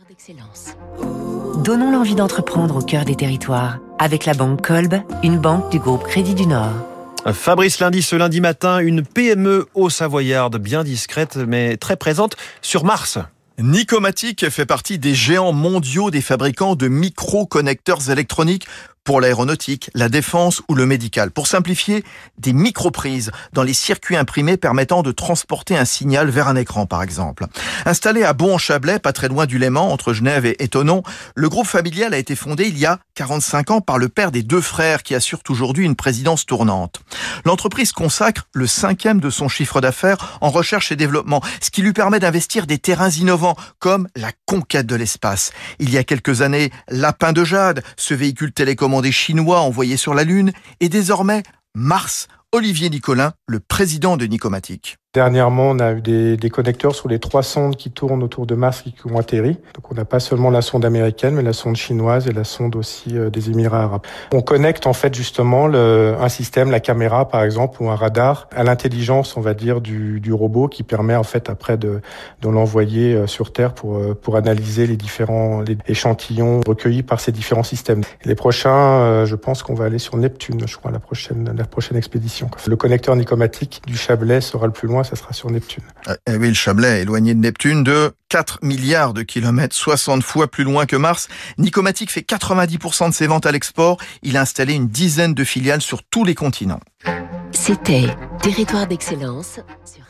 d'excellence. Donnons l'envie d'entreprendre au cœur des territoires avec la banque Kolb, une banque du groupe Crédit du Nord. Fabrice Lundi, ce lundi matin, une PME haut-savoyarde bien discrète mais très présente sur Mars. Nicomatic fait partie des géants mondiaux des fabricants de micro-connecteurs électroniques pour l'aéronautique, la défense ou le médical. Pour simplifier, des microprises dans les circuits imprimés permettant de transporter un signal vers un écran, par exemple. Installé à Bon-en-Chablais, pas très loin du Léman, entre Genève et Thonon, le groupe familial a été fondé il y a 45 ans par le père des deux frères qui assurent aujourd'hui une présidence tournante. L'entreprise consacre le 5e de son chiffre d'affaires en recherche et développement, ce qui lui permet d'investir des terrains innovants comme la conquête de l'espace. Il y a quelques années, Lapin de Jade, ce véhicule télécommandé chinois envoyé sur la Lune, et désormais Mars. Olivier Nicolin, le président de Nicomatic. Dernièrement, on a eu des connecteurs sur les 3 sondes qui tournent autour de Mars qui ont atterri. Donc on n'a pas seulement la sonde américaine, mais la sonde chinoise et la sonde aussi des Émirats arabes. On connecte en fait justement un système, la caméra par exemple, ou un radar, à l'intelligence, on va dire, du robot qui permet en fait après de l'envoyer sur Terre pour analyser les différents échantillons recueillis par ces différents systèmes. Les prochains, je pense qu'on va aller sur Neptune, je crois, la prochaine expédition. Le connecteur Nicomatic du Chablais sera le plus loin, ça sera sur Neptune. Oui, le Chablais est éloigné de Neptune de 4 milliards de kilomètres, 60 fois plus loin que Mars. Nicomatic fait 90% de ses ventes à l'export. Il a installé une dizaine de filiales sur tous les continents. C'était Territoire d'excellence sur